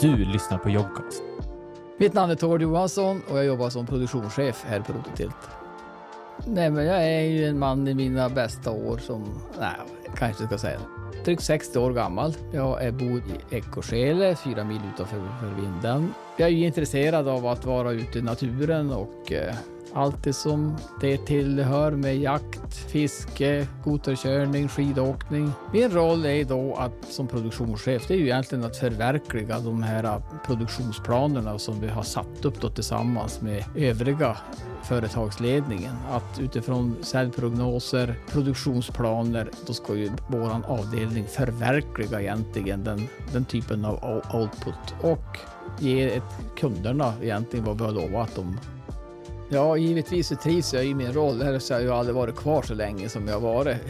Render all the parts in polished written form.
Du lyssnar på Jobcast. Mitt namn är Tord Johansson och jag jobbar som produktionschef här på Rototilt. Nej, men jag är ju en man i mina bästa år som, kanske ska säga drygt 60 år gammal. Jag bor i Ekoskele, 4 mil utanför Vindeln. Jag är ju intresserad av att vara ute i naturen och allt det som det tillhör med jakt, fiske, skoterkörning, skidåkning. Min roll är då att som produktionschef, det är ju egentligen att förverkliga de här produktionsplanerna som vi har satt upp då tillsammans med övriga företagsledningen. Att utifrån säljprognoser, produktionsplaner, då ska ju våran avdelning förverkliga egentligen den typen av output och ge kunderna egentligen vad vi har lovat dem. Ja, givetvis så trivs jag i min roll. Här så har jag aldrig varit kvar så länge som jag har varit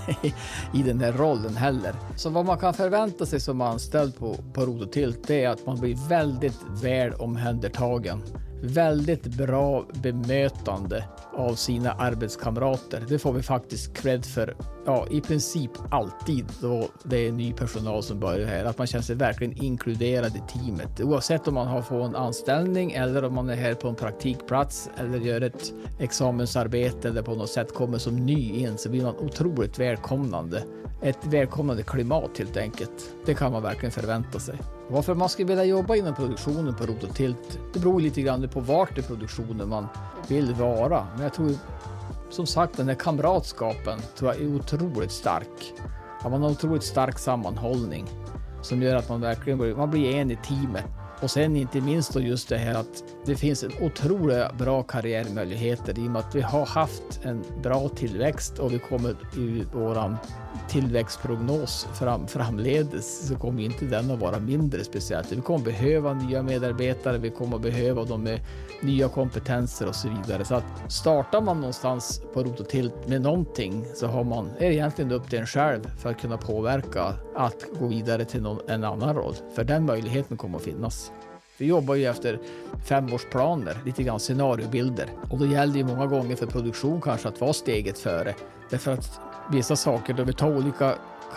i den här rollen heller. Så vad man kan förvänta sig som anställd på Rototilt, det är att man blir väldigt väl omhändertagen. Väldigt bra bemötande av sina arbetskamrater. Det får vi faktiskt cred för, i princip alltid då det är ny personal som börjar här. Att man känner sig verkligen inkluderad i teamet. Oavsett om man får en anställning eller om man är här på en praktikplats eller gör ett examensarbete eller på något sätt kommer som ny in, så blir man otroligt välkomnande. Ett välkomnande klimat helt enkelt. Det kan man verkligen förvänta sig. Varför man ska vilja jobba inom produktionen på Rototilt, det beror lite grann på vart i produktionen man vill vara. Men jag tror som sagt den här kamratskapen tror jag är otroligt stark. Ja, man har otroligt stark sammanhållning som gör att man verkligen blir en i teamet. Och sen inte minst då just det här att det finns en otroligt bra karriärmöjligheter i och med att vi har haft en bra tillväxt och vi kommer i våran tillväxtprognos framledes så kommer inte den att vara mindre speciellt. Vi kommer behöva nya medarbetare, vi kommer behöva dem med nya kompetenser och så vidare. Så att startar man någonstans på Rototilt med någonting så är det egentligen upp till en själv för att kunna påverka att gå vidare till en annan roll. För den möjligheten kommer att finnas. Vi jobbar ju efter 5-årsplaner, lite grann scenariobilder. Och då gäller det många gånger för produktion kanske att vara steget före. Därför att vissa saker, då vi tar olika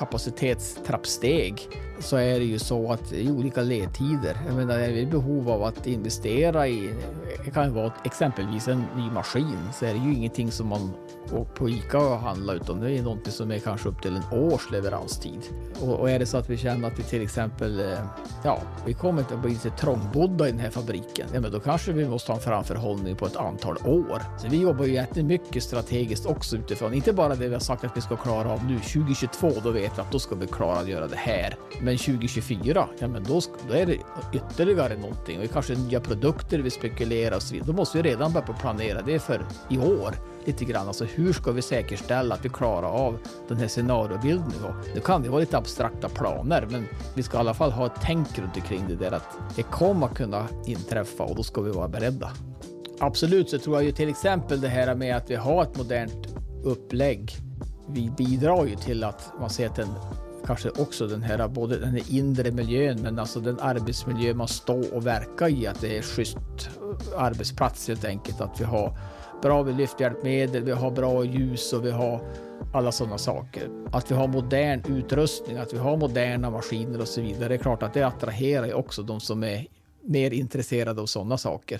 kapacitetstrappsteg, så är det ju så att i olika ledtider. Jag menar, är vi i behov av att investera i, det kan ju vara exempelvis en ny maskin, så är det ju ingenting som man på ICA och handla, utan det är något som är kanske upp till en års leveranstid. Och är det så att vi känner att vi till exempel, vi kommer inte att bli lite trångbodda i den här fabriken, men då kanske vi måste ha en framförhållning på ett antal år. Så vi jobbar ju jättemycket strategiskt också utifrån, inte bara det vi har sagt att vi ska klara av nu, 2022, då vet vi att då ska vi klara att göra det här. Men 2024, då är det ytterligare någonting. Och kanske nya produkter vi spekulerar och så vidare. Då måste vi redan börja planera det för i år. Lite grann. Alltså hur ska vi säkerställa att vi klarar av den här scenariobilden? Nu kan det vara lite abstrakta planer, men vi ska i alla fall ha ett tänk runt omkring det där att det kommer kunna inträffa och då ska vi vara beredda. Absolut, så tror jag ju till exempel det här med att vi har ett modernt upplägg. Vi bidrar ju till att man ser att kanske också både den här inre miljön, men alltså den arbetsmiljö man står och verkar i, att det är schysst arbetsplats helt enkelt, att vi har bra lyfthjälpmedel, vi har bra ljus och vi har alla sådana saker. Att vi har modern utrustning, att vi har moderna maskiner och så vidare. Det är klart att det attraherar ju också de som är mer intresserade av sådana saker.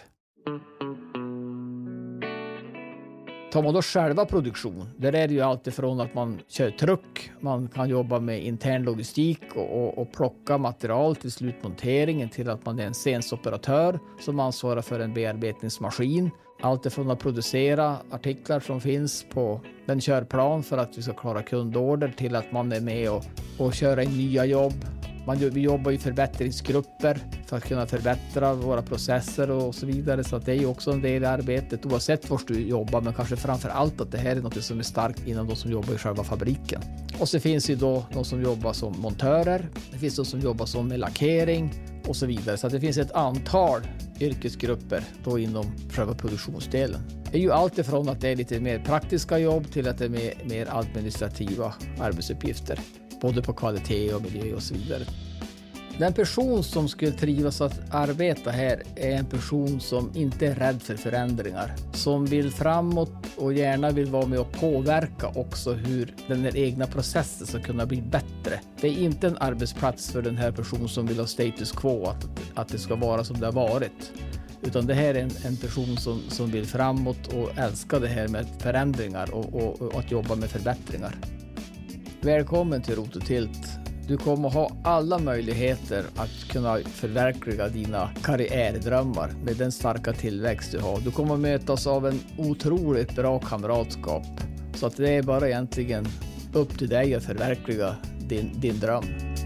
Tar man då själva produktion, där är det ju alltid från att man kör truck, man kan jobba med intern logistik och plocka material till slutmonteringen, till att man är en scensoperatör som ansvarar för en bearbetningsmaskin. Allt ifrån att producera artiklar som finns på den körplan för att vi ska klara kundorder, till att man är med och köra in nya jobb. Vi jobbar i förbättringsgrupper för att kunna förbättra våra processer och så vidare. Så att det är ju också en del i arbetet oavsett var du jobbar, men kanske framför allt att det här är något som är starkt inom de som jobbar i själva fabriken. Och så finns ju då de som jobbar som montörer, det finns de som jobbar som med lackering och så vidare. Så att det finns ett antal yrkesgrupper då inom själva produktionsdelen. Det är ju allt ifrån att det är lite mer praktiska jobb till att det är mer administrativa arbetsuppgifter. Både på kvalitet och miljö och så vidare. Den person som skulle trivas att arbeta här är en person som inte är rädd för förändringar. Som vill framåt och gärna vill vara med och påverka också hur den här egna processen ska kunna bli bättre. Det är inte en arbetsplats för den här personen som vill ha status quo, att det ska vara som det har varit. Utan det här är en person som vill framåt och älskar det här med förändringar och att jobba med förbättringar. Välkommen till Rot och Tilt. Du kommer ha alla möjligheter att kunna förverkliga dina karriärdrömmar med den starka tillväxt du har. Du kommer mötas av en otroligt bra kamratskap. Så att det är bara egentligen upp till dig att förverkliga din dröm.